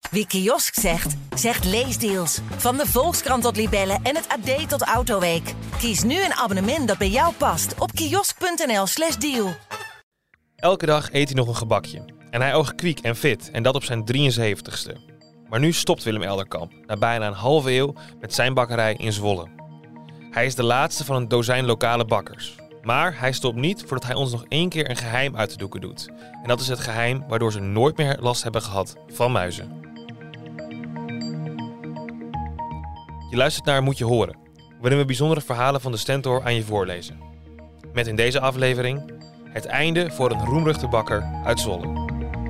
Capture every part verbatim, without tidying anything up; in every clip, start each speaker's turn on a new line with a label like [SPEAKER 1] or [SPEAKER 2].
[SPEAKER 1] Wie kiosk zegt, zegt leesdeals. Van de Volkskrant tot Libellen en het A D tot Autoweek. Kies nu een abonnement dat bij jou past op kiosk.nl slash deal.
[SPEAKER 2] Elke dag eet hij nog een gebakje. En hij oogt kwiek en fit, en dat op zijn drieënzeventigste. Maar nu stopt Willem Elderkamp, na bijna een halve eeuw, met zijn bakkerij in Zwolle. Hij is de laatste van een dozijn lokale bakkers. Maar hij stopt niet voordat hij ons nog één keer een geheim uit de doeken doet. En dat is het geheim waardoor ze nooit meer last hebben gehad van muizen. Je luistert naar Moet je horen, waarin we bijzondere verhalen van de Stentor aan je voorlezen. Met in deze aflevering het einde voor een roemruchte bakker uit Zwolle.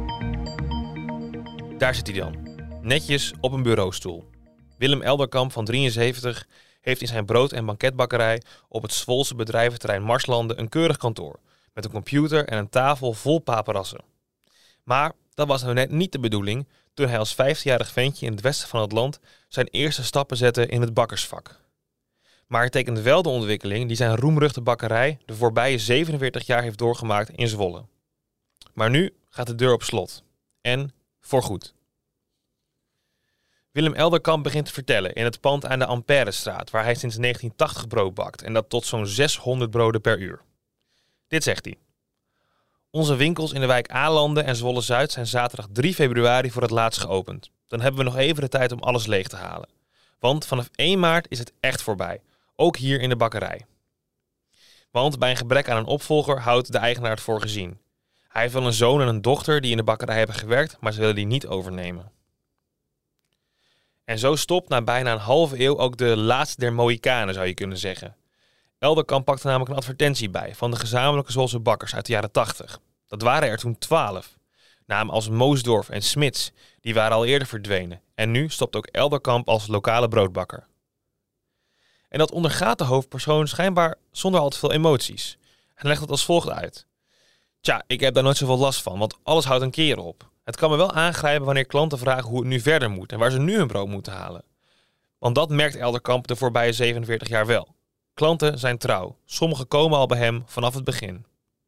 [SPEAKER 2] Daar zit hij dan, netjes op een bureaustoel. Willem Elderkamp van drieënzeventig heeft in zijn brood- en banketbakkerij op het Zwolse bedrijventerrein Marslanden een keurig kantoor, met een computer en een tafel vol paperassen. Maar dat was nou net niet de bedoeling toen hij als vijftienjarig ventje in het westen van het land zijn eerste stappen zette in het bakkersvak. Maar het tekent wel de ontwikkeling die zijn roemruchte bakkerij de voorbije zevenenveertig jaar heeft doorgemaakt in Zwolle. Maar nu gaat de deur op slot. En voorgoed. Willem Elderkamp begint te vertellen in het pand aan de Ampèrestraat, waar hij sinds negentien tachtig brood bakt en dat tot zo'n zeshonderd broden per uur. Dit zegt hij. Onze winkels in de wijk Alanden en Zwolle-Zuid zijn zaterdag drie februari voor het laatst geopend. Dan hebben we nog even de tijd om alles leeg te halen. Want vanaf één maart is het echt voorbij, ook hier in de bakkerij. Want bij een gebrek aan een opvolger houdt de eigenaar het voor gezien. Hij heeft wel een zoon en een dochter die in de bakkerij hebben gewerkt, maar ze willen die niet overnemen. En zo stopt na bijna een halve eeuw ook de laatste der Mohikanen, zou je kunnen zeggen. Elderkamp pakte namelijk een advertentie bij van de gezamenlijke Zwolse bakkers uit de jaren tachtig. Dat waren er toen twaalf. Namen als Moosdorf en Smits, die waren al eerder verdwenen. En nu stopt ook Elderkamp als lokale broodbakker. En dat ondergaat de hoofdpersoon schijnbaar zonder al te veel emoties. Hij legt het als volgt uit. Tja, ik heb daar nooit zoveel last van, want alles houdt een keer op. Het kan me wel aangrijpen wanneer klanten vragen hoe het nu verder moet en waar ze nu hun brood moeten halen. Want dat merkt Elderkamp de voorbije zevenenveertig jaar wel. Klanten zijn trouw. Sommigen komen al bij hem vanaf het begin.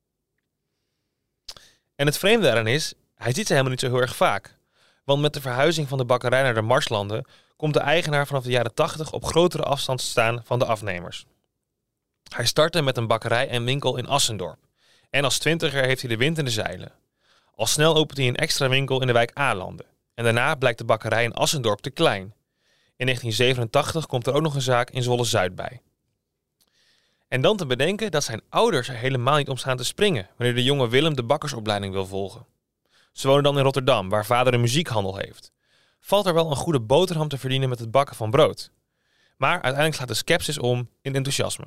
[SPEAKER 2] En het vreemde daaraan is, hij ziet ze helemaal niet zo heel erg vaak. Want met de verhuizing van de bakkerij naar de Marslanden komt de eigenaar vanaf de jaren tachtig op grotere afstand te staan van de afnemers. Hij startte met een bakkerij en winkel in Assendorp. En als twintiger heeft hij de wind in de zeilen. Al snel opent hij een extra winkel in de wijk Alanden. En daarna blijkt de bakkerij in Assendorp te klein. In negentien zevenentachtig komt er ook nog een zaak in Zwolle-Zuid bij. En dan te bedenken dat zijn ouders er helemaal niet om staan te springen wanneer de jonge Willem de bakkersopleiding wil volgen. Ze wonen dan in Rotterdam, waar vader een muziekhandel heeft. Valt er wel een goede boterham te verdienen met het bakken van brood. Maar uiteindelijk slaat de scepsis om in enthousiasme.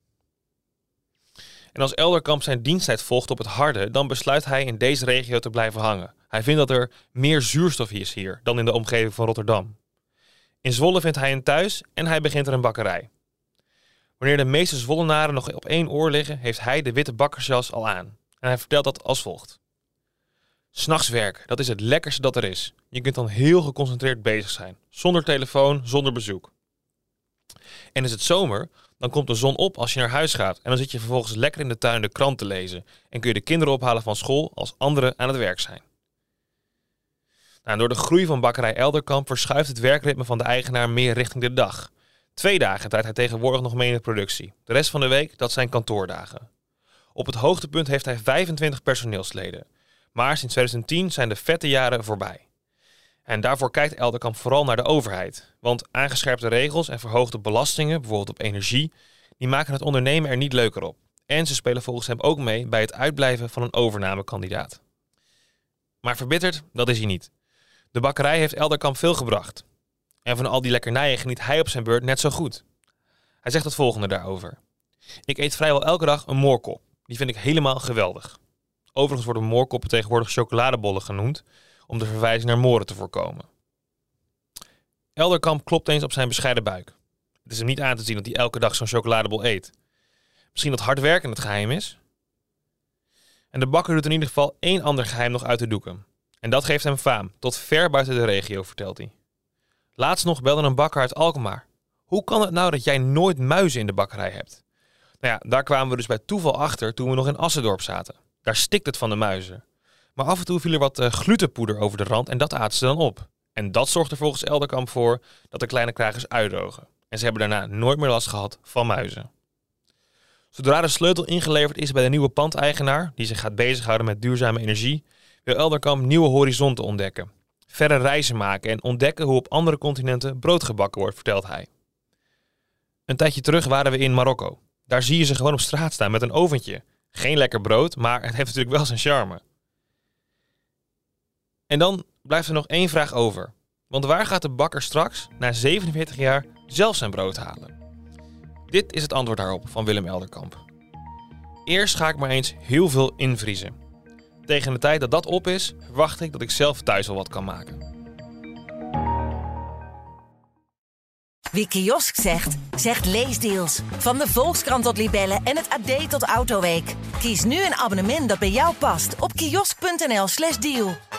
[SPEAKER 2] En als Elderkamp zijn diensttijd volgt op het harde, dan besluit hij in deze regio te blijven hangen. Hij vindt dat er meer zuurstof is hier dan in de omgeving van Rotterdam. In Zwolle vindt hij een thuis en hij begint er een bakkerij. Wanneer de meeste Zwollenaren nog op één oor liggen, heeft hij de witte bakkersjas al aan. En hij vertelt dat als volgt. 'S Nachts werk, dat is het lekkerste dat er is. Je kunt dan heel geconcentreerd bezig zijn. Zonder telefoon, zonder bezoek. En is het zomer, dan komt de zon op als je naar huis gaat. En dan zit je vervolgens lekker in de tuin de krant te lezen. En kun je de kinderen ophalen van school als anderen aan het werk zijn. Nou, door de groei van bakkerij Elderkamp verschuift het werkritme van de eigenaar meer richting de dag. Twee dagen draait hij tegenwoordig nog mee in de productie. De rest van de week, dat zijn kantoordagen. Op het hoogtepunt heeft hij vijfentwintig personeelsleden. Maar sinds twintig tien zijn de vette jaren voorbij. En daarvoor kijkt Elderkamp vooral naar de overheid. Want aangescherpte regels en verhoogde belastingen, bijvoorbeeld op energie, die maken het ondernemen er niet leuker op. En ze spelen volgens hem ook mee bij het uitblijven van een overnamekandidaat. Maar verbitterd, dat is hij niet. De bakkerij heeft Elderkamp veel gebracht. En van al die lekkernijen geniet hij op zijn beurt net zo goed. Hij zegt het volgende daarover. Ik eet vrijwel elke dag een moorkop. Die vind ik helemaal geweldig. Overigens worden moorkoppen tegenwoordig chocoladebollen genoemd, om de verwijzing naar moren te voorkomen. Elderkamp klopt eens op zijn bescheiden buik. Het is hem niet aan te zien dat hij elke dag zo'n chocoladebol eet. Misschien dat hard werken het geheim is? En de bakker doet in ieder geval één ander geheim nog uit de doeken. En dat geeft hem faam, tot ver buiten de regio, vertelt hij. Laatst nog belde een bakker uit Alkmaar. Hoe kan het nou dat jij nooit muizen in de bakkerij hebt? Nou ja, daar kwamen we dus bij toeval achter toen we nog in Assendorp zaten. Daar stikt het van de muizen. Maar af en toe viel er wat uh, glutenpoeder over de rand en dat aten ze dan op. En dat zorgt er volgens Elderkamp voor dat de kleine krijgers uitdrogen. En ze hebben daarna nooit meer last gehad van muizen. Zodra de sleutel ingeleverd is bij de nieuwe pandeigenaar, die zich gaat bezighouden met duurzame energie, wil Elderkamp nieuwe horizonten ontdekken. Verre reizen maken en ontdekken hoe op andere continenten brood gebakken wordt, vertelt hij. Een tijdje terug waren we in Marokko. Daar zie je ze gewoon op straat staan met een oventje. Geen lekker brood, maar het heeft natuurlijk wel zijn charme. En dan blijft er nog één vraag over. Want waar gaat de bakker straks, na zevenenveertig jaar, zelf zijn brood halen? Dit is het antwoord daarop van Willem Elderkamp. Eerst ga ik maar eens heel veel invriezen. Tegen de tijd dat dat op is, verwacht ik dat ik zelf thuis wel wat kan maken.
[SPEAKER 1] Wie kiosk zegt, zegt leesdeals. Van de Volkskrant tot Libellen en het A D tot Autoweek. Kies nu een abonnement dat bij jou past op kiosk punt n l slash deal.